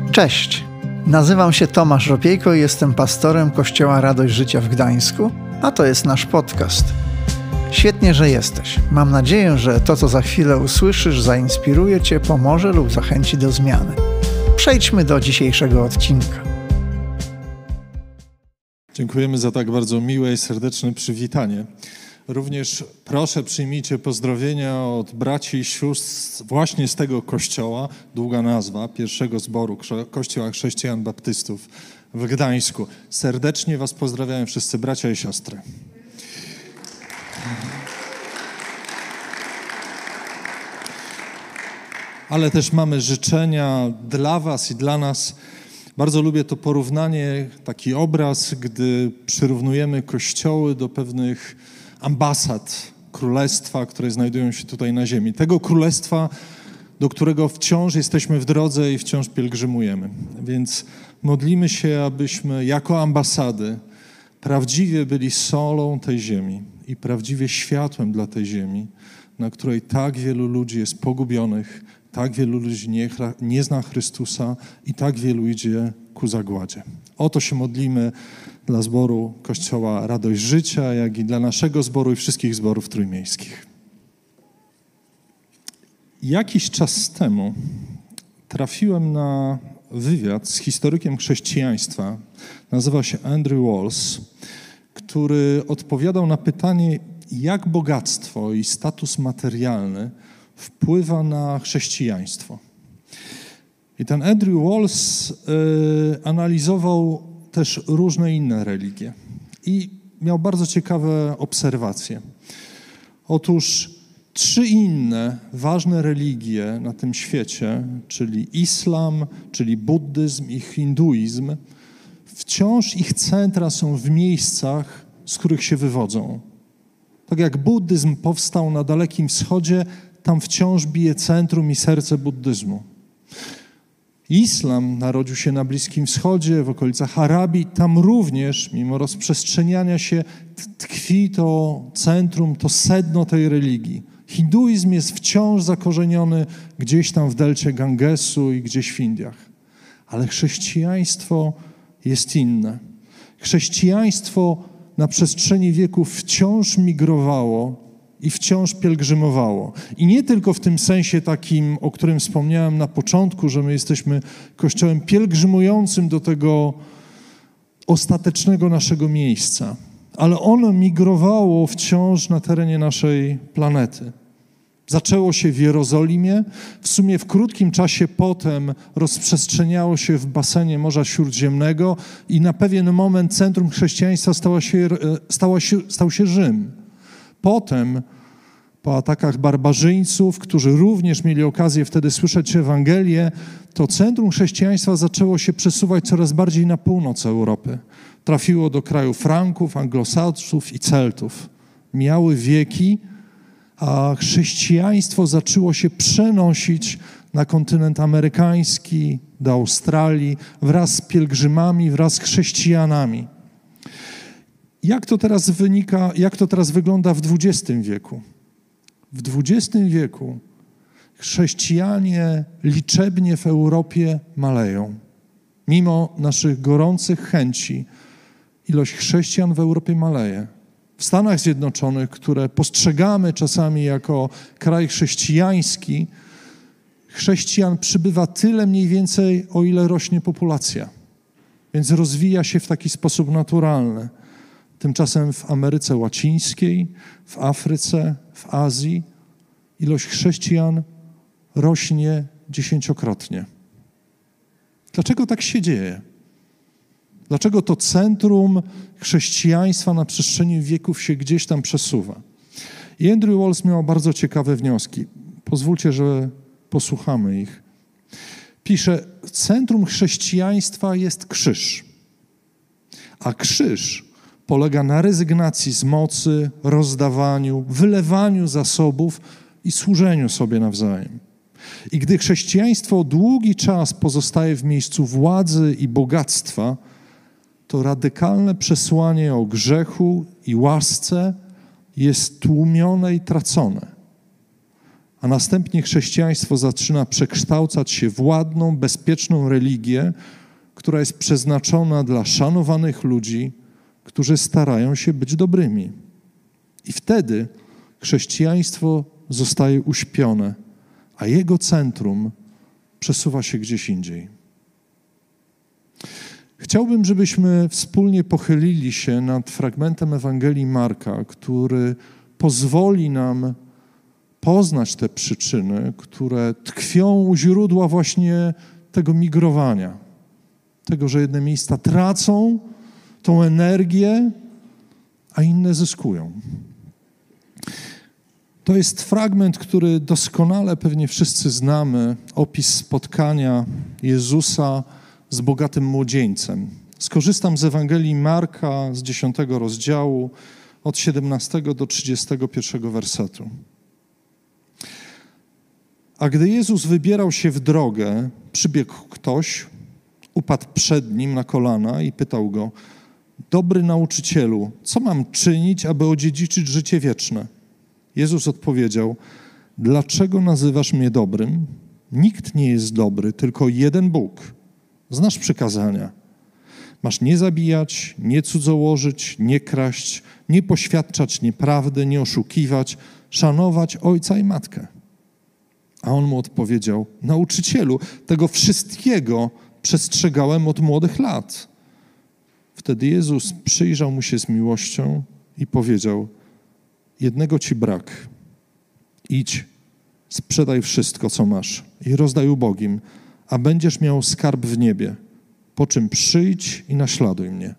Cześć, nazywam się Tomasz Ropiejko i jestem pastorem Kościoła Radość Życia w Gdańsku, a to jest nasz podcast. Świetnie, że jesteś. Mam nadzieję, że to, co za chwilę usłyszysz, zainspiruje Cię, pomoże lub zachęci do zmiany. Przejdźmy do dzisiejszego odcinka. Dziękujemy za tak bardzo miłe i serdeczne przywitanie. Również proszę przyjmijcie pozdrowienia od braci i sióstr właśnie z tego kościoła, długa nazwa, pierwszego zboru Kościoła Chrześcijan Baptystów w Gdańsku. Serdecznie Was pozdrawiają wszyscy bracia i siostry. Ale też mamy życzenia dla Was i dla nas. Bardzo lubię to porównanie, taki obraz, gdy przyrównujemy kościoły do pewnych ambasad królestwa, które znajdują się tutaj na ziemi. Tego królestwa, do którego wciąż jesteśmy w drodze i wciąż pielgrzymujemy. Więc modlimy się, abyśmy jako ambasady prawdziwie byli solą tej ziemi i prawdziwie światłem dla tej ziemi, na której tak wielu ludzi jest pogubionych, tak wielu ludzi nie zna Chrystusa i tak wielu idzie ku zagładzie. O to się modlimy dla zboru Kościoła Radość Życia, jak i dla naszego zboru i wszystkich zborów trójmiejskich. Jakiś czas temu trafiłem na wywiad z historykiem chrześcijaństwa, nazywa się Andrew Walls, który odpowiadał na pytanie, jak bogactwo i status materialny wpływa na chrześcijaństwo. I ten Andrew Walls analizował też różne inne religie i miał bardzo ciekawe obserwacje. Otóż 3 inne ważne religie na tym świecie, czyli islam, czyli buddyzm i hinduizm, wciąż ich centra są w miejscach, z których się wywodzą. Tak jak buddyzm powstał na Dalekim Wschodzie, tam wciąż bije centrum i serce buddyzmu. Islam narodził się na Bliskim Wschodzie, w okolicach Arabii. Tam również, mimo rozprzestrzeniania się, tkwi to centrum, to sedno tej religii. Hinduizm jest wciąż zakorzeniony gdzieś tam w delcie Gangesu i gdzieś w Indiach. Ale chrześcijaństwo jest inne. Chrześcijaństwo na przestrzeni wieków wciąż migrowało i wciąż pielgrzymowało. I nie tylko w tym sensie takim, o którym wspomniałem na początku, że my jesteśmy kościołem pielgrzymującym do tego ostatecznego naszego miejsca, ale ono migrowało wciąż na terenie naszej planety. Zaczęło się w Jerozolimie, w sumie w krótkim czasie potem rozprzestrzeniało się w basenie Morza Śródziemnego i na pewien moment centrum chrześcijaństwa stał się Rzym. Potem, po atakach barbarzyńców, którzy również mieli okazję wtedy słyszeć Ewangelię, to centrum chrześcijaństwa zaczęło się przesuwać coraz bardziej na północ Europy. Trafiło do kraju Franków, Anglosaksów i Celtów. Mijały wieki, a chrześcijaństwo zaczęło się przenosić na kontynent amerykański, do Australii, wraz z pielgrzymami, wraz z chrześcijanami. Jak to teraz wygląda w XX wieku? W XX wieku chrześcijanie liczebnie w Europie maleją. Mimo naszych gorących chęci, ilość chrześcijan w Europie maleje. W Stanach Zjednoczonych, które postrzegamy czasami jako kraj chrześcijański, chrześcijan przybywa tyle mniej więcej, o ile rośnie populacja. Więc rozwija się w taki sposób naturalny. Tymczasem w Ameryce Łacińskiej, w Afryce, w Azji ilość chrześcijan rośnie 10-krotnie. Dlaczego tak się dzieje? Dlaczego to centrum chrześcijaństwa na przestrzeni wieków się gdzieś tam przesuwa? I Andrew Walls miał bardzo ciekawe wnioski. Pozwólcie, że posłuchamy ich. Pisze, centrum chrześcijaństwa jest krzyż, a krzyż polega na rezygnacji z mocy, rozdawaniu, wylewaniu zasobów i służeniu sobie nawzajem. I gdy chrześcijaństwo długi czas pozostaje w miejscu władzy i bogactwa, to radykalne przesłanie o grzechu i łasce jest tłumione i tracone. A następnie chrześcijaństwo zaczyna przekształcać się w ładną, bezpieczną religię, która jest przeznaczona dla szanowanych ludzi, którzy starają się być dobrymi. I wtedy chrześcijaństwo zostaje uśpione, a jego centrum przesuwa się gdzieś indziej. Chciałbym, żebyśmy wspólnie pochylili się nad fragmentem Ewangelii Marka, który pozwoli nam poznać te przyczyny, które tkwią u źródła właśnie tego migrowania, tego, że jedne miejsca tracą tą energię, a inne zyskują. To jest fragment, który doskonale pewnie wszyscy znamy, opis spotkania Jezusa z bogatym młodzieńcem. Skorzystam z Ewangelii Marka z 10 rozdziału, od 17 do 31 wersetu. A gdy Jezus wybierał się w drogę, przybiegł ktoś, upadł przed nim na kolana i pytał go: Dobry nauczycielu, co mam czynić, aby odziedziczyć życie wieczne? Jezus odpowiedział: Dlaczego nazywasz mnie dobrym? Nikt nie jest dobry, tylko jeden Bóg. Znasz przykazania. Masz nie zabijać, nie cudzołożyć, nie kraść, nie poświadczać nieprawdy, nie oszukiwać, szanować ojca i matkę. A on mu odpowiedział: Nauczycielu, tego wszystkiego przestrzegałem od młodych lat. Wtedy Jezus przyjrzał mu się z miłością i powiedział: Jednego ci brak. Idź, sprzedaj wszystko, co masz i rozdaj ubogim, a będziesz miał skarb w niebie. Po czym przyjdź i naśladuj mnie.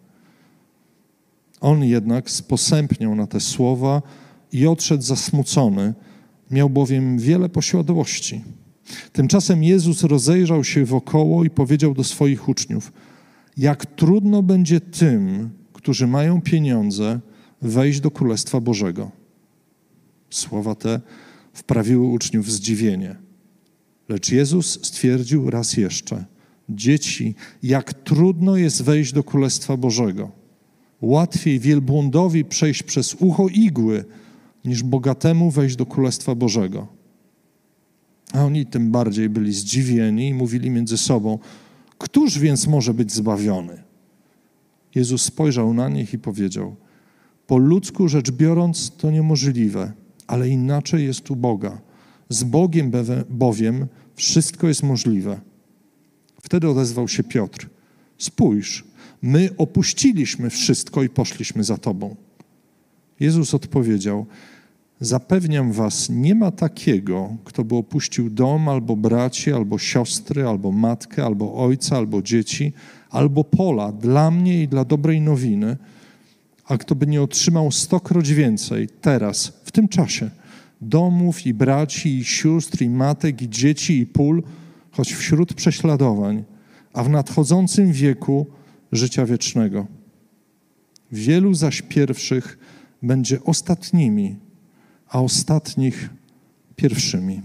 On jednak sposępniał na te słowa i odszedł zasmucony, miał bowiem wiele posiadłości. Tymczasem Jezus rozejrzał się wokoło i powiedział do swoich uczniów: Jak trudno będzie tym, którzy mają pieniądze, wejść do Królestwa Bożego. Słowa te wprawiły uczniów w zdziwienie. Lecz Jezus stwierdził raz jeszcze: Dzieci, jak trudno jest wejść do Królestwa Bożego. Łatwiej wielbłądowi przejść przez ucho igły, niż bogatemu wejść do Królestwa Bożego. A oni tym bardziej byli zdziwieni i mówili między sobą: Któż więc może być zbawiony? Jezus spojrzał na nich i powiedział: Po ludzku rzecz biorąc to niemożliwe, ale inaczej jest u Boga. Z Bogiem bowiem wszystko jest możliwe. Wtedy odezwał się Piotr: Spójrz, my opuściliśmy wszystko i poszliśmy za Tobą. Jezus odpowiedział: Zapewniam was, nie ma takiego, kto by opuścił dom, albo braci, albo siostry, albo matkę, albo ojca, albo dzieci, albo pola dla mnie i dla dobrej nowiny, a kto by nie otrzymał 100-kroć więcej teraz, w tym czasie, domów i braci, i sióstr, i matek, i dzieci, i pól, choć wśród prześladowań, a w nadchodzącym wieku życia wiecznego. Wielu zaś pierwszych będzie ostatnimi, a ostatnich pierwszymi.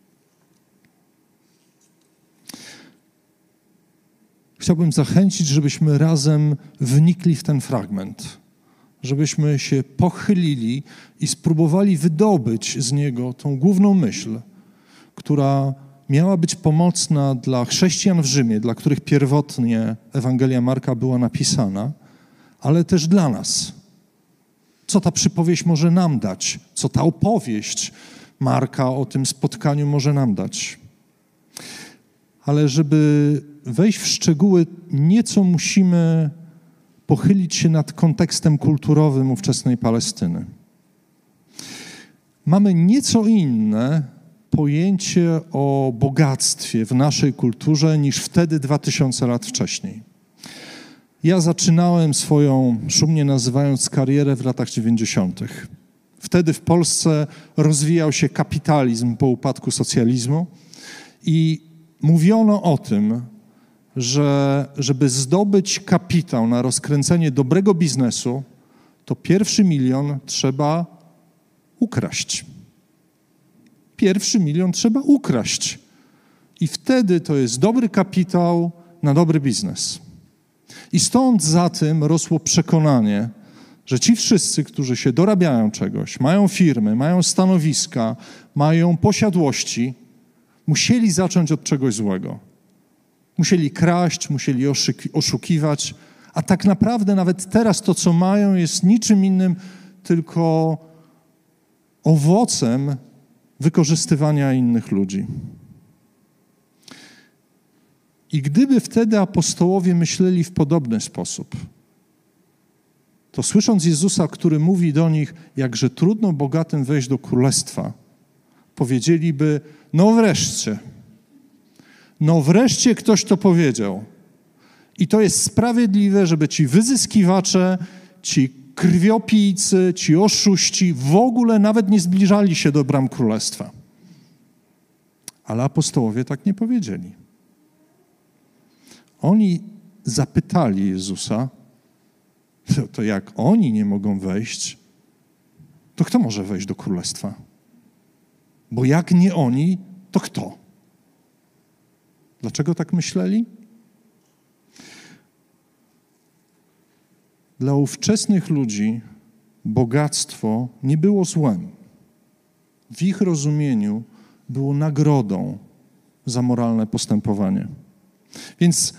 Chciałbym zachęcić, żebyśmy razem wnikli w ten fragment, żebyśmy się pochylili i spróbowali wydobyć z niego tą główną myśl, która miała być pomocna dla chrześcijan w Rzymie, dla których pierwotnie Ewangelia Marka była napisana, ale też dla nas. Co ta przypowieść może nam dać? Co ta opowieść Marka o tym spotkaniu może nam dać? Ale żeby wejść w szczegóły, nieco musimy pochylić się nad kontekstem kulturowym ówczesnej Palestyny. Mamy nieco inne pojęcie o bogactwie w naszej kulturze niż wtedy 2000 lat wcześniej. Ja zaczynałem swoją, szumnie nazywając, karierę w latach 90. Wtedy w Polsce rozwijał się kapitalizm po upadku socjalizmu i mówiono o tym, że żeby zdobyć kapitał na rozkręcenie dobrego biznesu, to pierwszy milion trzeba ukraść. Pierwszy milion trzeba ukraść. I wtedy to jest dobry kapitał na dobry biznes. I stąd za tym rosło przekonanie, że ci wszyscy, którzy się dorabiają czegoś, mają firmy, mają stanowiska, mają posiadłości, musieli zacząć od czegoś złego. Musieli kraść, musieli oszukiwać, a tak naprawdę nawet teraz to, co mają, jest niczym innym, tylko owocem wykorzystywania innych ludzi. I gdyby wtedy apostołowie myśleli w podobny sposób, to słysząc Jezusa, który mówi do nich, jakże trudno bogatym wejść do królestwa, powiedzieliby, no wreszcie ktoś to powiedział. I to jest sprawiedliwe, żeby ci wyzyskiwacze, ci krwiopijcy, ci oszuści w ogóle nawet nie zbliżali się do bram królestwa. Ale apostołowie tak nie powiedzieli. Oni zapytali Jezusa, to jak oni nie mogą wejść, to kto może wejść do królestwa? Bo jak nie oni, to kto? Dlaczego tak myśleli? Dla ówczesnych ludzi bogactwo nie było złem. W ich rozumieniu było nagrodą za moralne postępowanie. Więc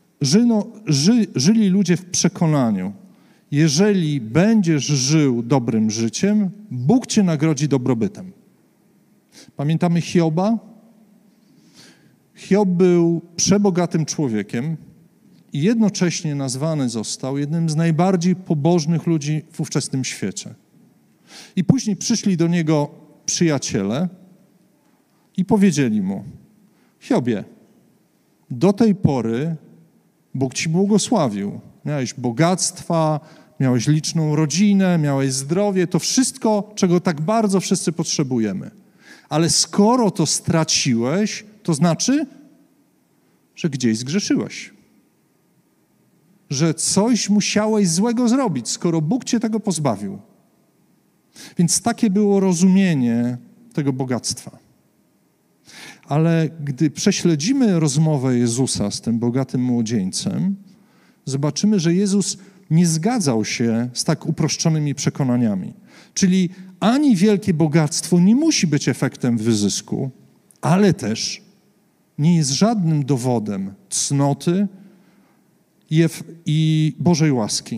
żyli ludzie w przekonaniu, jeżeli będziesz żył dobrym życiem, Bóg cię nagrodzi dobrobytem. Pamiętamy Hioba? Hiob był przebogatym człowiekiem i jednocześnie nazwany został jednym z najbardziej pobożnych ludzi w ówczesnym świecie. I później przyszli do niego przyjaciele i powiedzieli mu, Hiobie, do tej pory Bóg ci błogosławił. Miałeś bogactwa, miałeś liczną rodzinę, miałeś zdrowie, to wszystko, czego tak bardzo wszyscy potrzebujemy. Ale skoro to straciłeś, to znaczy, że gdzieś zgrzeszyłeś. Że coś musiałeś złego zrobić, skoro Bóg cię tego pozbawił. Więc takie było rozumienie tego bogactwa. Ale gdy prześledzimy rozmowę Jezusa z tym bogatym młodzieńcem, zobaczymy, że Jezus nie zgadzał się z tak uproszczonymi przekonaniami. Czyli ani wielkie bogactwo nie musi być efektem wyzysku, ale też nie jest żadnym dowodem cnoty i Bożej łaski.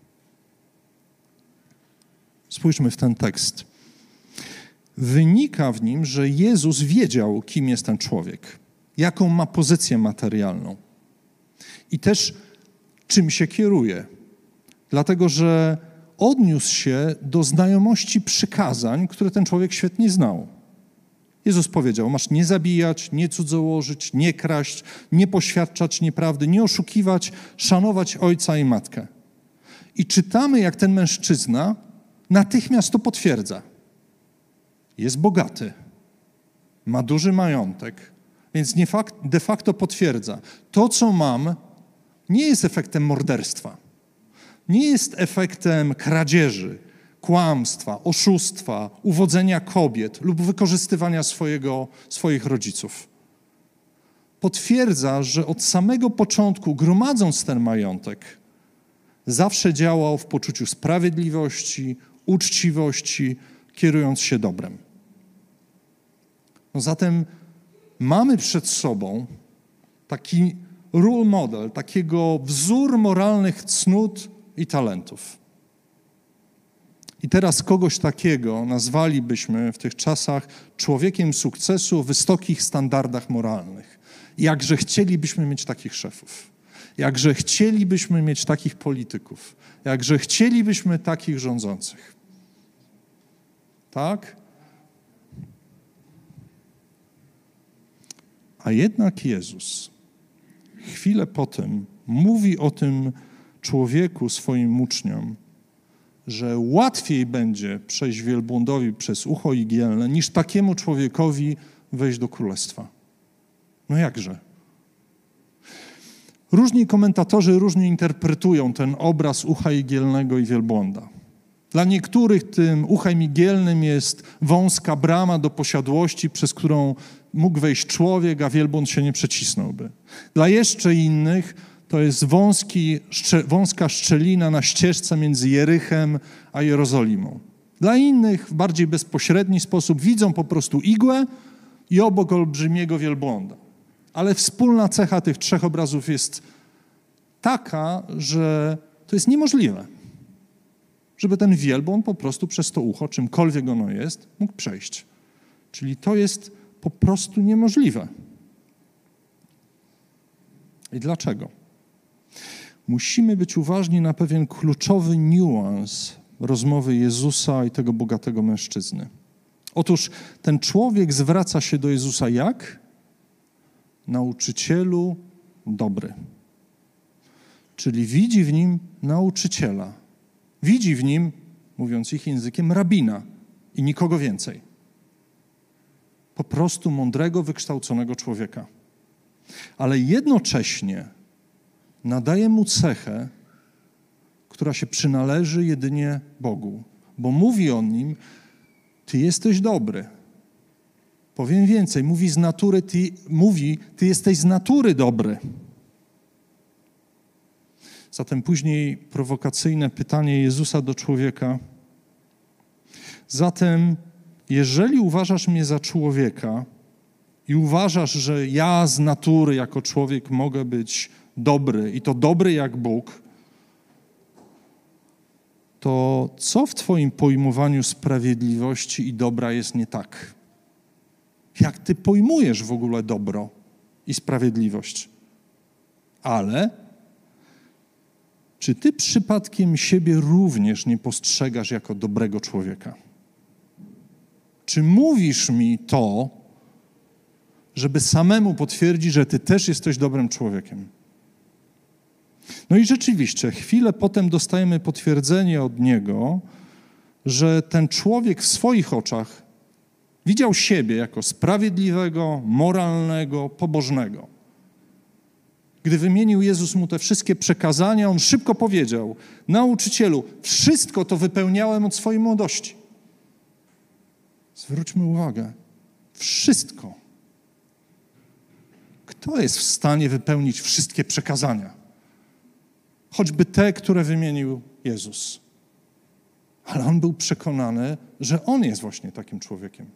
Spójrzmy w ten tekst. Wynika w nim, że Jezus wiedział, kim jest ten człowiek, jaką ma pozycję materialną i też czym się kieruje. Dlatego, że odniósł się do znajomości przykazań, które ten człowiek świetnie znał. Jezus powiedział, masz nie zabijać, nie cudzołożyć, nie kraść, nie poświadczać nieprawdy, nie oszukiwać, szanować ojca i matkę. I czytamy, jak ten mężczyzna natychmiast to potwierdza. Jest bogaty, ma duży majątek, więc de facto potwierdza. To, co mam, nie jest efektem morderstwa, nie jest efektem kradzieży, kłamstwa, oszustwa, uwodzenia kobiet lub wykorzystywania swoich rodziców. Potwierdza, że od samego początku, gromadząc ten majątek, zawsze działał w poczuciu sprawiedliwości, uczciwości, kierując się dobrem. No zatem mamy przed sobą taki role model, takiego wzór moralnych cnót i talentów. I teraz kogoś takiego nazwalibyśmy w tych czasach człowiekiem sukcesu o wysokich standardach moralnych. Jakże chcielibyśmy mieć takich szefów. Jakże chcielibyśmy mieć takich polityków. Jakże chcielibyśmy takich rządzących. Tak? A jednak Jezus chwilę potem mówi o tym człowieku swoim uczniom, że łatwiej będzie przejść wielbłądowi przez ucho igielne, niż takiemu człowiekowi wejść do królestwa. No jakże? Różni komentatorzy różnie interpretują ten obraz ucha igielnego i wielbłąda. Dla niektórych tym uchem igielnym jest wąska brama do posiadłości, przez którą mógł wejść człowiek, a wielbłąd się nie przecisnąłby. Dla jeszcze innych to jest wąska szczelina na ścieżce między Jerychem a Jerozolimą. Dla innych w bardziej bezpośredni sposób widzą po prostu igłę i obok olbrzymiego wielbłąda. Ale wspólna cecha tych trzech obrazów jest taka, że to jest niemożliwe, żeby ten wielbłąd po prostu przez to ucho, czymkolwiek ono jest, mógł przejść. Czyli to jest po prostu niemożliwe. I dlaczego? Musimy być uważni na pewien kluczowy niuans rozmowy Jezusa i tego bogatego mężczyzny. Otóż ten człowiek zwraca się do Jezusa jak? Nauczycielu dobry. Czyli widzi w nim nauczyciela. Widzi w nim, mówiąc ich językiem, rabina i nikogo więcej. Po prostu mądrego, wykształconego człowieka. Ale jednocześnie nadaje mu cechę, która się przynależy jedynie Bogu. Bo mówi o nim, ty jesteś dobry. Powiem więcej, mówi z natury, ty jesteś z natury dobry. Zatem później prowokacyjne pytanie Jezusa do człowieka. Zatem, jeżeli uważasz mnie za człowieka i uważasz, że ja z natury jako człowiek mogę być dobry i to dobry jak Bóg, to co w twoim pojmowaniu sprawiedliwości i dobra jest nie tak? Jak ty pojmujesz w ogóle dobro i sprawiedliwość? Ale czy ty przypadkiem siebie również nie postrzegasz jako dobrego człowieka? Czy mówisz mi to, żeby samemu potwierdzić, że ty też jesteś dobrym człowiekiem? No i rzeczywiście, chwilę potem dostajemy potwierdzenie od niego, że ten człowiek w swoich oczach widział siebie jako sprawiedliwego, moralnego, pobożnego. Gdy wymienił Jezus mu te wszystkie przekazania, on szybko powiedział: nauczycielu, wszystko to wypełniałem od swojej młodości. Zwróćmy uwagę, wszystko. Kto jest w stanie wypełnić wszystkie przekazania? Choćby te, które wymienił Jezus. Ale on był przekonany, że on jest właśnie takim człowiekiem.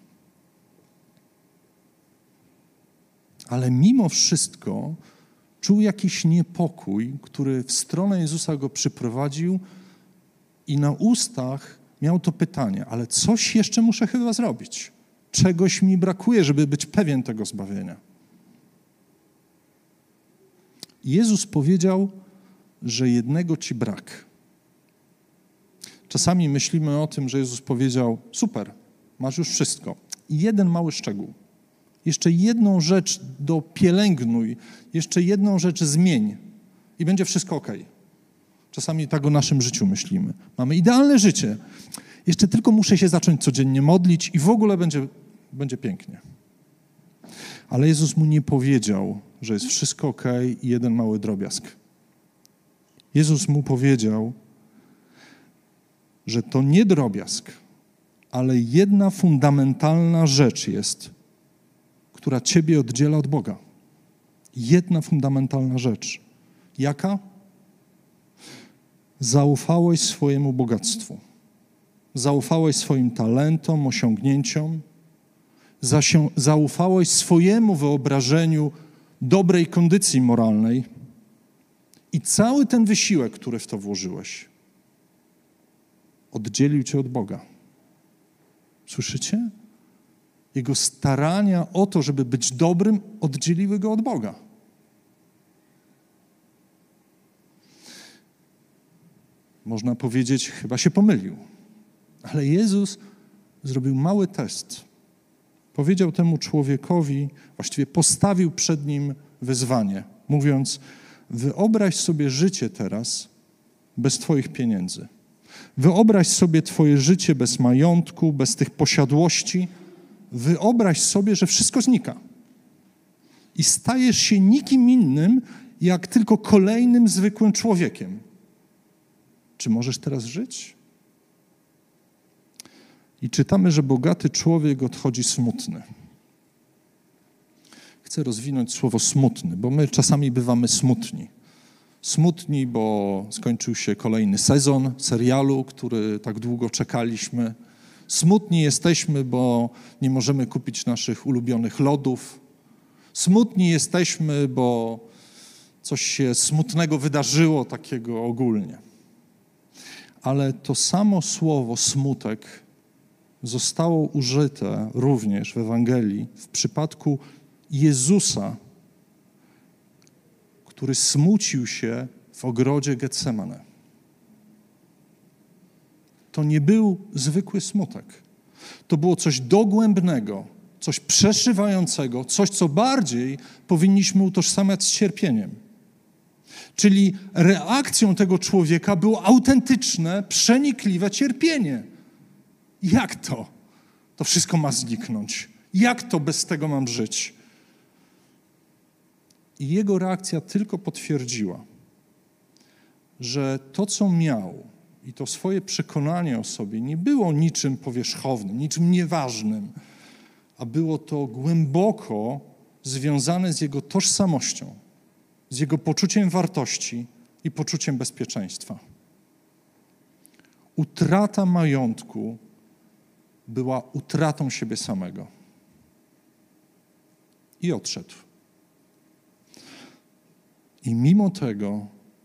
Ale mimo wszystko czuł jakiś niepokój, który w stronę Jezusa go przyprowadził i na ustach miał to pytanie: ale coś jeszcze muszę chyba zrobić. Czegoś mi brakuje, żeby być pewien tego zbawienia. Jezus powiedział, że jednego ci brak. Czasami myślimy o tym, że Jezus powiedział: super, masz już wszystko. I jeden mały szczegół. Jeszcze jedną rzecz dopielęgnuj, jeszcze jedną rzecz zmień i będzie wszystko okej. Czasami tak o naszym życiu myślimy. Mamy idealne życie. Jeszcze tylko muszę się zacząć codziennie modlić i w ogóle będzie pięknie. Ale Jezus mu nie powiedział, że jest wszystko okej i jeden mały drobiazg. Jezus mu powiedział, że to nie drobiazg, ale jedna fundamentalna rzecz jest, która ciebie oddziela od Boga. Jedna fundamentalna rzecz. Jaka? Zaufałeś swojemu bogactwu. Zaufałeś swoim talentom, osiągnięciom. Zaufałeś swojemu wyobrażeniu dobrej kondycji moralnej i cały ten wysiłek, który w to włożyłeś, oddzielił cię od Boga. Słyszycie? Jego starania o to, żeby być dobrym, oddzieliły go od Boga. Można powiedzieć, chyba się pomylił. Ale Jezus zrobił mały test. Powiedział temu człowiekowi, właściwie postawił przed nim wyzwanie, mówiąc: wyobraź sobie życie teraz bez twoich pieniędzy. Wyobraź sobie twoje życie bez majątku, bez tych posiadłości. Wyobraź sobie, że wszystko znika. I stajesz się nikim innym, jak tylko kolejnym zwykłym człowiekiem. Czy możesz teraz żyć? I czytamy, że bogaty człowiek odchodzi smutny. Chcę rozwinąć słowo smutny, bo my czasami bywamy smutni. Smutni, bo skończył się kolejny sezon serialu, który tak długo czekaliśmy. Smutni jesteśmy, bo nie możemy kupić naszych ulubionych lodów. Smutni jesteśmy, bo coś się smutnego wydarzyło takiego ogólnie. Ale to samo słowo smutek zostało użyte również w Ewangelii w przypadku Jezusa, który smucił się w ogrodzie Getsemane. To nie był zwykły smutek. To było coś dogłębnego, coś przeszywającego, coś, co bardziej powinniśmy utożsamiać z cierpieniem. Czyli reakcją tego człowieka było autentyczne, przenikliwe cierpienie. Jak to? To wszystko ma zniknąć. Jak to bez tego mam żyć? I jego reakcja tylko potwierdziła, że to, co miał i to swoje przekonanie o sobie nie było niczym powierzchownym, niczym nieważnym, a było to głęboko związane z jego tożsamością, z jego poczuciem wartości i poczuciem bezpieczeństwa. Utrata majątku była utratą siebie samego. I odszedł. I mimo tego,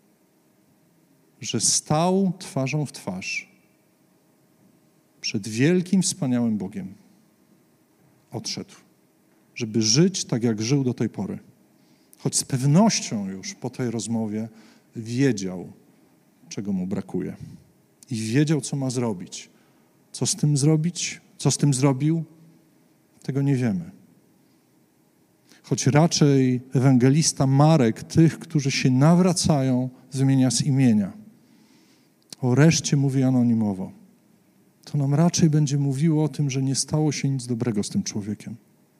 że stał twarzą w twarz przed wielkim, wspaniałym Bogiem, odszedł, żeby żyć tak, jak żył do tej pory. Choć z pewnością już po tej rozmowie wiedział, czego mu brakuje. I wiedział, co ma zrobić. Co z tym zrobić? Co z tym zrobił? Tego nie wiemy. Choć raczej ewangelista Marek tych, którzy się nawracają, wymienia z imienia. O reszcie mówi anonimowo. To nam raczej będzie mówiło o tym, że nie stało się nic dobrego z tym człowiekiem.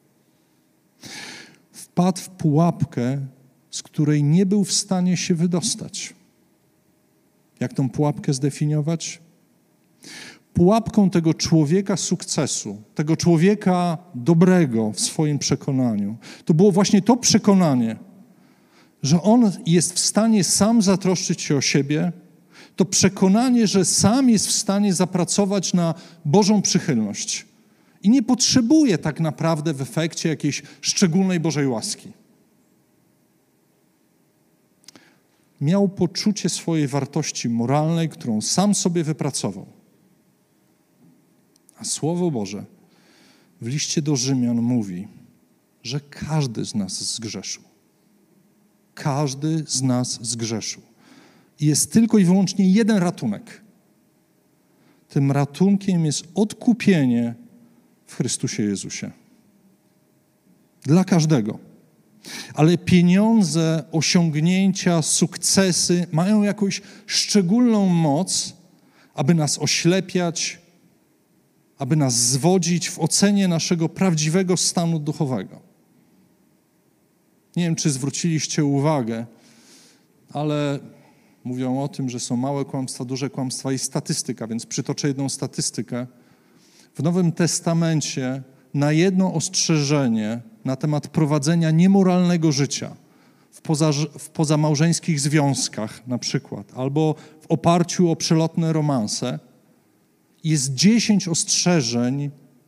Wpadł w pułapkę, z której nie był w stanie się wydostać. Jak tą pułapkę zdefiniować? Pułapką tego człowieka sukcesu, tego człowieka dobrego w swoim przekonaniu, to było właśnie to przekonanie, że on jest w stanie sam zatroszczyć się o siebie, to przekonanie, że sam jest w stanie zapracować na Bożą przychylność i nie potrzebuje tak naprawdę w efekcie jakiejś szczególnej Bożej łaski. Miał poczucie swojej wartości moralnej, którą sam sobie wypracował. A Słowo Boże w liście do Rzymian mówi, że każdy z nas zgrzeszył. Każdy z nas zgrzeszył. I jest tylko i wyłącznie jeden ratunek. Tym ratunkiem jest odkupienie w Chrystusie Jezusie. Dla każdego. Ale pieniądze, osiągnięcia, sukcesy mają jakąś szczególną moc, aby nas oślepiać, aby nas zwodzić w ocenie naszego prawdziwego stanu duchowego. Nie wiem, czy zwróciliście uwagę, ale mówią o tym, że są małe kłamstwa, duże kłamstwa i statystyka, więc przytoczę jedną statystykę. W Nowym Testamencie na jedno ostrzeżenie na temat prowadzenia niemoralnego życia w pozamałżeńskich związkach na przykład, albo w oparciu o przelotne romanse, jest 10 ostrzeżeń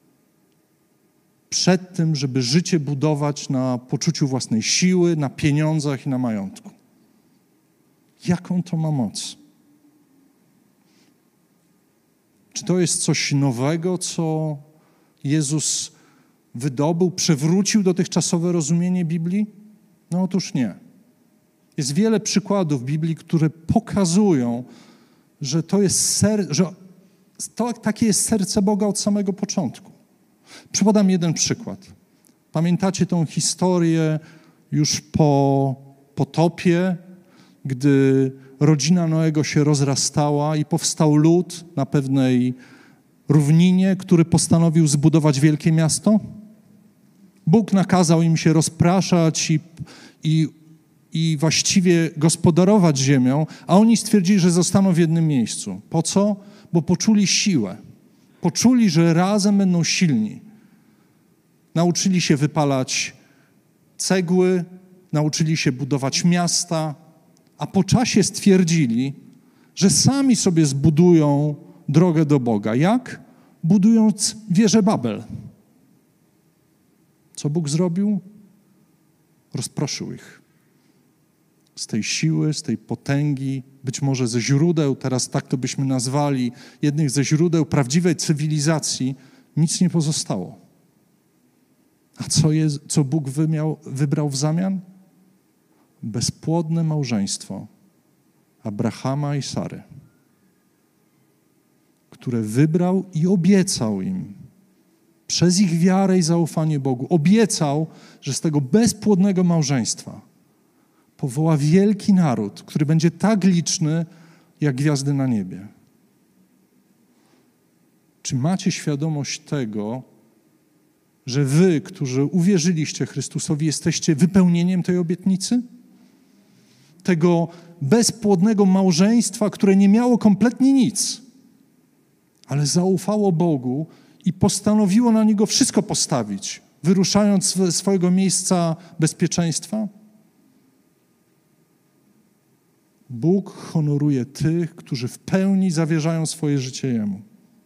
przed tym, żeby życie budować na poczuciu własnej siły, na pieniądzach i na majątku. Jaką to ma moc? Czy to jest coś nowego, co Jezus wydobył, przewrócił dotychczasowe rozumienie Biblii? No otóż nie. Jest wiele przykładów w Biblii, które pokazują, że to jest takie jest serce Boga od samego początku. Podam jeden przykład. Pamiętacie tą historię już po potopie, gdy rodzina Noego się rozrastała i powstał lud na pewnej równinie, który postanowił zbudować wielkie miasto? Bóg nakazał im się rozpraszać i właściwie gospodarować ziemią, a oni stwierdzili, że zostaną w jednym miejscu. Po co? Bo poczuli siłę. Poczuli, że razem będą silni. Nauczyli się wypalać cegły, nauczyli się budować miasta, a po czasie stwierdzili, że sami sobie zbudują drogę do Boga. Jak? Budując wieżę Babel. Co Bóg zrobił? Rozproszył ich. Z tej siły, z tej potęgi, być może ze źródeł, teraz tak to byśmy nazwali, jednych ze źródeł prawdziwej cywilizacji, nic nie pozostało. A co Bóg wybrał w zamian? Bezpłodne małżeństwo Abrahama i Sary, które wybrał i obiecał im przez ich wiarę i zaufanie Bogu, obiecał, że z tego bezpłodnego małżeństwa powoła wielki naród, który będzie tak liczny, jak gwiazdy na niebie. Czy macie świadomość tego, że wy, którzy uwierzyliście Chrystusowi, jesteście wypełnieniem tej obietnicy? Tego bezpłodnego małżeństwa, które nie miało kompletnie nic, ale zaufało Bogu i postanowiło na Niego wszystko postawić, wyruszając ze swojego miejsca bezpieczeństwa? Bóg honoruje tych, którzy w pełni zawierzają swoje życie Jemu.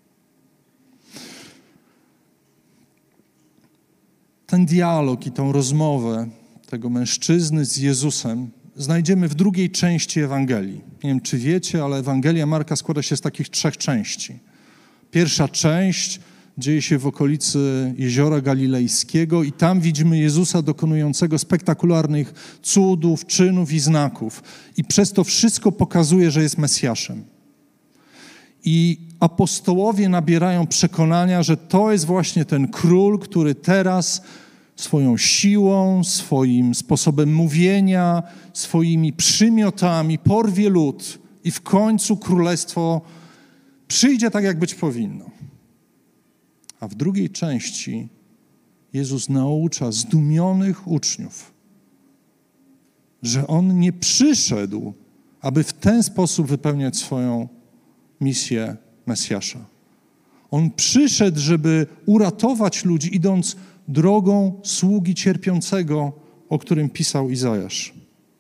Ten dialog i tą rozmowę tego mężczyzny z Jezusem znajdziemy w drugiej części Ewangelii. Nie wiem, czy wiecie, ale Ewangelia Marka składa się z takich 3 części. Pierwsza część dzieje się w okolicy Jeziora Galilejskiego i tam widzimy Jezusa dokonującego spektakularnych cudów, czynów i znaków. I przez to wszystko pokazuje, że jest Mesjaszem. I apostołowie nabierają przekonania, że to jest właśnie ten król, który teraz swoją siłą, swoim sposobem mówienia, swoimi przymiotami porwie lud i w końcu królestwo przyjdzie tak, jak być powinno. A w drugiej części Jezus naucza zdumionych uczniów, że On nie przyszedł, aby w ten sposób wypełniać swoją misję Mesjasza. On przyszedł, żeby uratować ludzi, idąc drogą sługi cierpiącego, o którym pisał Izajasz.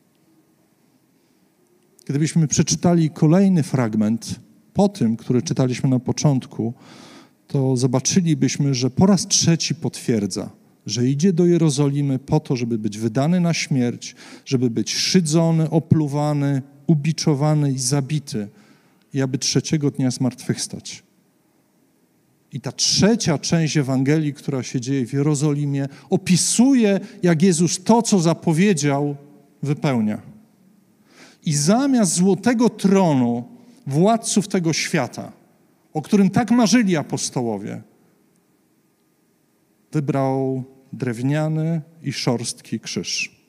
Gdybyśmy przeczytali kolejny fragment po tym, który czytaliśmy na początku, to zobaczylibyśmy, że po raz 3 potwierdza, że idzie do Jerozolimy po to, żeby być wydany na śmierć, żeby być szydzony, opluwany, ubiczowany i zabity i aby 3 dnia zmartwychwstać. I ta 3 część Ewangelii, która się dzieje w Jerozolimie, opisuje, jak Jezus to, co zapowiedział, wypełnia. I zamiast złotego tronu władców tego świata, o którym tak marzyli apostołowie, wybrał drewniany i szorstki krzyż.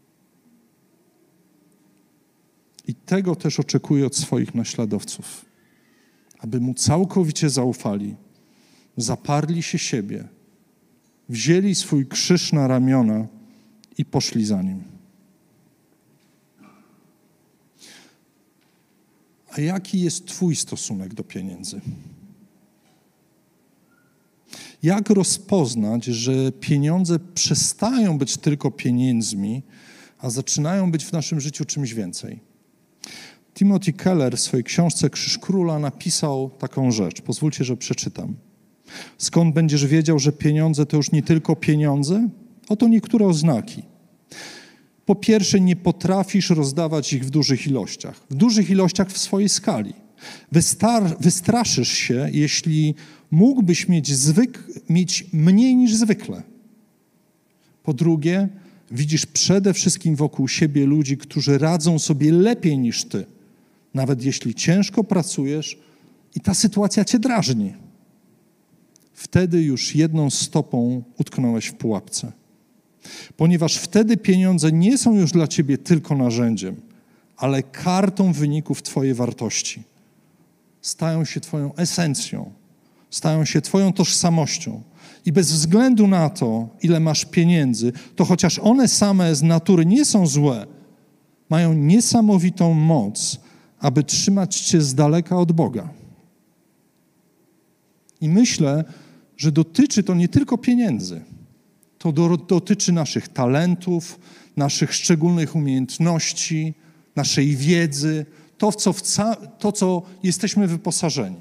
I tego też oczekuje od swoich naśladowców, aby Mu całkowicie zaufali, zaparli się siebie, wzięli swój krzyż na ramiona i poszli za Nim. A jaki jest Twój stosunek do pieniędzy? Jak rozpoznać, że pieniądze przestają być tylko pieniędzmi, a zaczynają być w naszym życiu czymś więcej? Timothy Keller w swojej książce Krzyż Króla napisał taką rzecz. Pozwólcie, że przeczytam. Skąd będziesz wiedział, że pieniądze to już nie tylko pieniądze? Oto niektóre oznaki. Po pierwsze, nie potrafisz rozdawać ich w dużych ilościach. W dużych ilościach w swojej skali. Wystraszysz się, jeśli mógłbyś mieć mniej niż zwykle. Po drugie, widzisz przede wszystkim wokół siebie ludzi, którzy radzą sobie lepiej niż ty, nawet jeśli ciężko pracujesz i ta sytuacja cię drażni. Wtedy już jedną stopą utknąłeś w pułapce. Ponieważ wtedy pieniądze nie są już dla ciebie tylko narzędziem, ale kartą wyników twojej wartości. Stają się twoją esencją, stają się twoją tożsamością. I bez względu na to, ile masz pieniędzy, to chociaż one same z natury nie są złe, mają niesamowitą moc, aby trzymać cię z daleka od Boga. I myślę, że dotyczy to nie tylko pieniędzy. To dotyczy naszych talentów, naszych szczególnych umiejętności, naszej wiedzy, to, co jesteśmy wyposażeni.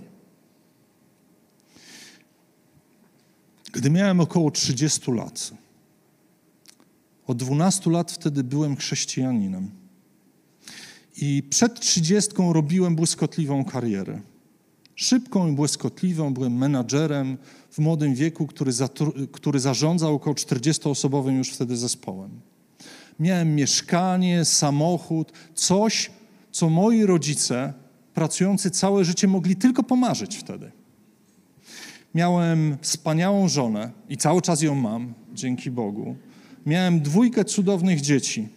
Gdy miałem około 30 lat, od 12 lat wtedy byłem chrześcijaninem. I przed 30 robiłem błyskotliwą karierę. Szybką i błyskotliwą, byłem menadżerem w młodym wieku, który zarządzał około 40-osobowym już wtedy zespołem. Miałem mieszkanie, samochód, coś, co moi rodzice, pracujący całe życie, mogli tylko pomarzyć wtedy. Miałem wspaniałą żonę i cały czas ją mam, dzięki Bogu. Miałem 2 cudownych dzieci.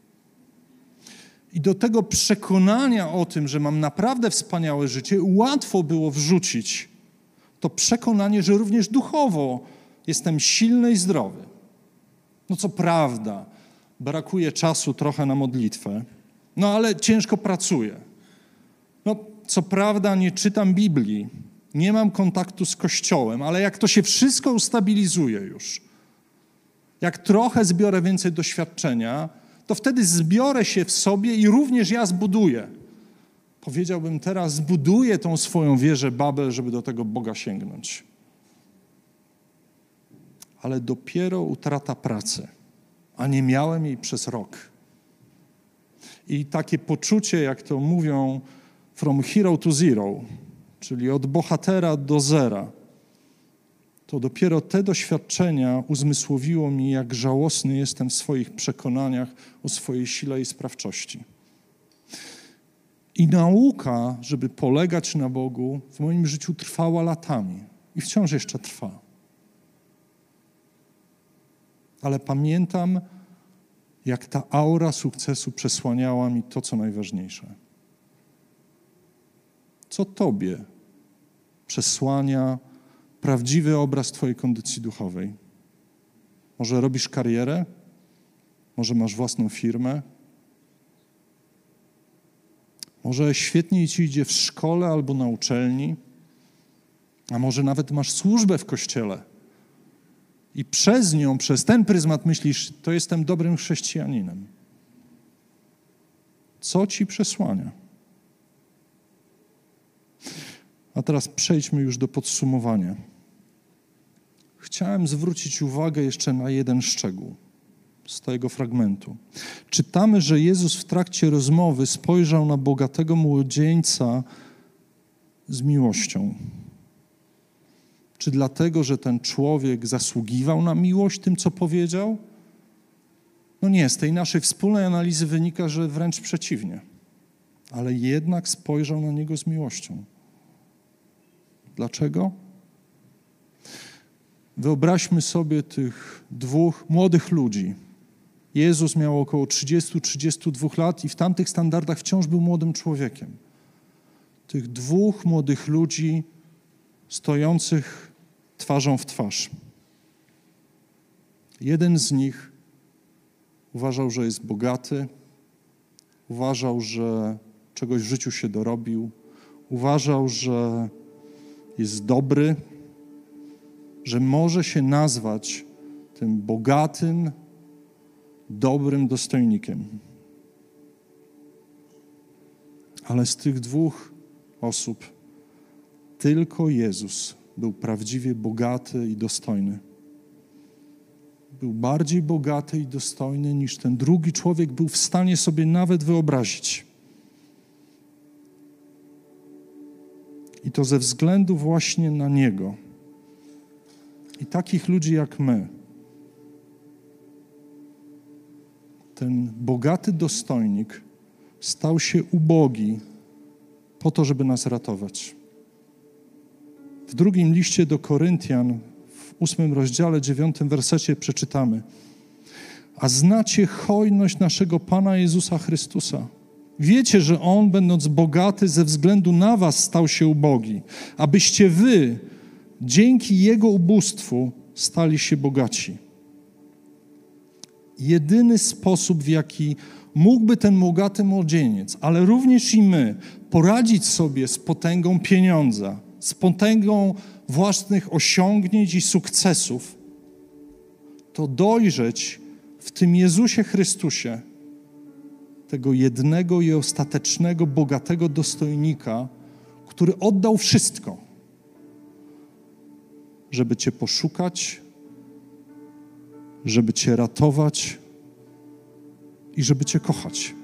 I do tego przekonania o tym, że mam naprawdę wspaniałe życie, łatwo było wrzucić to przekonanie, że również duchowo jestem silny i zdrowy. No co prawda, brakuje czasu trochę na modlitwę, no ale ciężko pracuję. No co prawda nie czytam Biblii, nie mam kontaktu z Kościołem, ale jak to się wszystko ustabilizuje już, jak trochę zbiorę więcej doświadczenia, to wtedy zbiorę się w sobie i również ja zbuduję. Powiedziałbym teraz, zbuduję tą swoją wieżę Babel, żeby do tego Boga sięgnąć. Ale dopiero utrata pracy, a nie miałem jej przez rok. I takie poczucie, jak to mówią, from hero to zero, czyli od bohatera do zera, to dopiero te doświadczenia uzmysłowiło mi, jak żałosny jestem w swoich przekonaniach o swojej sile i sprawczości. I nauka, żeby polegać na Bogu, w moim życiu trwała latami i wciąż jeszcze trwa. Ale pamiętam, jak ta aura sukcesu przesłaniała mi to, co najważniejsze. Co Tobie przesłania prawdziwy obraz Twojej kondycji duchowej? Może robisz karierę? Może masz własną firmę? Może świetnie Ci idzie w szkole albo na uczelni? A może nawet masz służbę w kościele? I przez nią, przez ten pryzmat myślisz, to jestem dobrym chrześcijaninem. Co Ci przesłania? A teraz przejdźmy już do podsumowania. Chciałem zwrócić uwagę jeszcze na jeden szczegół z tego fragmentu. Czytamy, że Jezus w trakcie rozmowy spojrzał na bogatego młodzieńca z miłością. Czy dlatego, że ten człowiek zasługiwał na miłość tym, co powiedział? No nie, z tej naszej wspólnej analizy wynika, że wręcz przeciwnie. Ale jednak spojrzał na niego z miłością. Dlaczego? Wyobraźmy sobie tych 2 młodych ludzi. Jezus miał około 30-32 lat i w tamtych standardach wciąż był młodym człowiekiem. Tych 2 młodych ludzi stojących twarzą w twarz. Jeden z nich uważał, że jest bogaty, uważał, że czegoś w życiu się dorobił, uważał, że jest dobry, że może się nazwać tym bogatym, dobrym dostojnikiem. Ale z tych 2 osób tylko Jezus był prawdziwie bogaty i dostojny. Był bardziej bogaty i dostojny niż ten drugi człowiek był w stanie sobie nawet wyobrazić. I to ze względu właśnie na Niego. I takich ludzi jak my. Ten bogaty dostojnik stał się ubogi po to, żeby nas ratować. W 2 liście do Koryntian, w 8 rozdziale, 9 wersecie przeczytamy: a znacie hojność naszego Pana Jezusa Chrystusa. Wiecie, że On, będąc bogaty, ze względu na was stał się ubogi, abyście wy, dzięki Jego ubóstwu, stali się bogaci. Jedyny sposób, w jaki mógłby ten bogaty młodzieniec, ale również i my, poradzić sobie z potęgą pieniądza, z potęgą własnych osiągnięć i sukcesów, to dojrzeć w tym Jezusie Chrystusie, tego jednego i ostatecznego, bogatego dostojnika, który oddał wszystko, żeby Cię poszukać, żeby Cię ratować i żeby Cię kochać.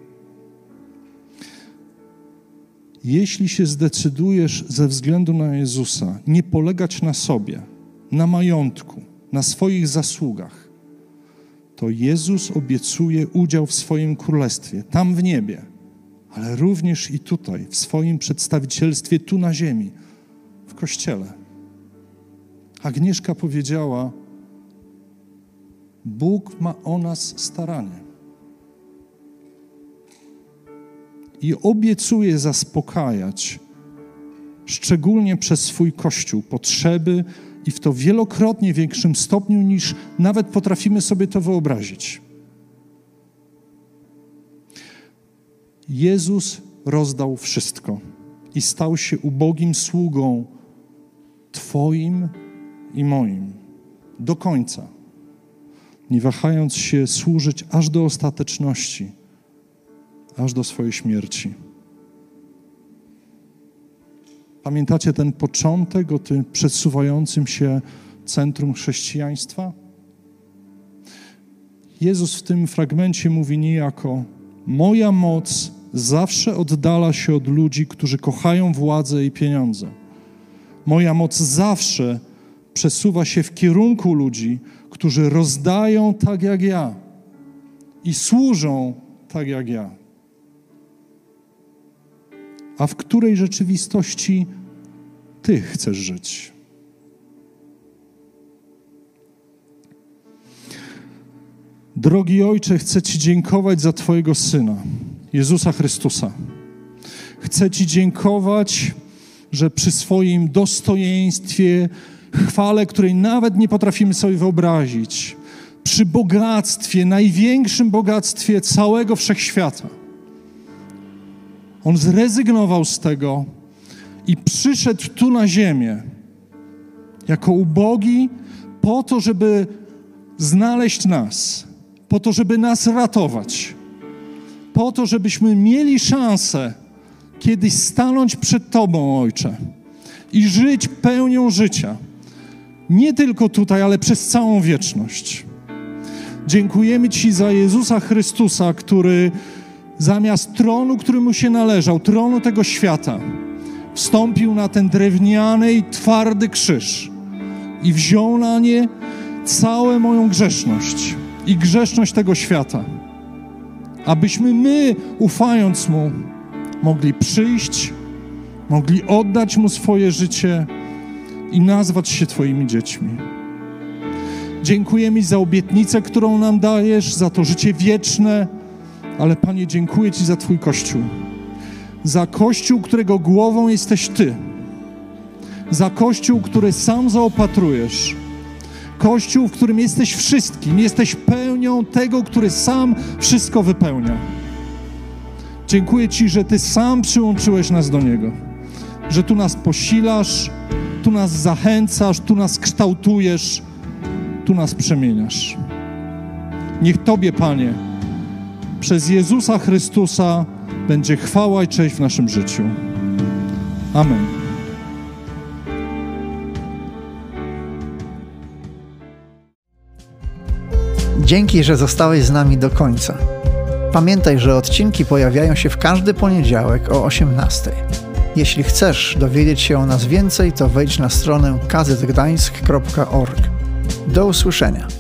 Jeśli się zdecydujesz ze względu na Jezusa nie polegać na sobie, na majątku, na swoich zasługach, to Jezus obiecuje udział w swoim królestwie, tam w niebie, ale również i tutaj, w swoim przedstawicielstwie tu na ziemi, w Kościele. Agnieszka powiedziała, Bóg ma o nas staranie i obiecuje zaspokajać, szczególnie przez swój Kościół, potrzeby i w to wielokrotnie większym stopniu, niż nawet potrafimy sobie to wyobrazić. Jezus rozdał wszystko i stał się ubogim sługą Twoim i moim do końca, nie wahając się służyć aż do ostateczności, aż do swojej śmierci. Pamiętacie ten początek o tym przesuwającym się centrum chrześcijaństwa? Jezus w tym fragmencie mówi niejako: moja moc zawsze oddala się od ludzi, którzy kochają władzę i pieniądze. Moja moc zawsze przesuwa się w kierunku ludzi, którzy rozdają tak jak ja i służą tak jak ja. A w której rzeczywistości Ty chcesz żyć? Drogi Ojcze, chcę Ci dziękować za Twojego Syna, Jezusa Chrystusa. Chcę Ci dziękować, że przy swoim dostojeństwie, chwale, której nawet nie potrafimy sobie wyobrazić, przy bogactwie, największym bogactwie całego wszechświata, On zrezygnował z tego i przyszedł tu na ziemię jako ubogi po to, żeby znaleźć nas, po to, żeby nas ratować, po to, żebyśmy mieli szansę kiedyś stanąć przed Tobą, Ojcze, i żyć pełnią życia. Nie tylko tutaj, ale przez całą wieczność. Dziękujemy Ci za Jezusa Chrystusa, który zamiast tronu, który Mu się należał, tronu tego świata, wstąpił na ten drewniany i twardy krzyż i wziął na nie całą moją grzeszność i grzeszność tego świata, abyśmy my, ufając Mu, mogli przyjść, mogli oddać Mu swoje życie i nazwać się Twoimi dziećmi. Dziękujemy za obietnicę, którą nam dajesz, za to życie wieczne, ale Panie, dziękuję Ci za Twój Kościół. Za Kościół, którego głową jesteś Ty. Za Kościół, który sam zaopatrujesz. Kościół, w którym jesteś wszystkim. Jesteś pełnią tego, który sam wszystko wypełnia. Dziękuję Ci, że Ty sam przyłączyłeś nas do Niego. Że Tu nas posilasz, Tu nas zachęcasz, Tu nas kształtujesz, Tu nas przemieniasz. Niech Tobie, Panie, przez Jezusa Chrystusa będzie chwała i cześć w naszym życiu. Amen. Dzięki, że zostałeś z nami do końca. Pamiętaj, że odcinki pojawiają się w każdy poniedziałek o 18:00. Jeśli chcesz dowiedzieć się o nas więcej, to wejdź na stronę kazetgdańsk.org. Do usłyszenia.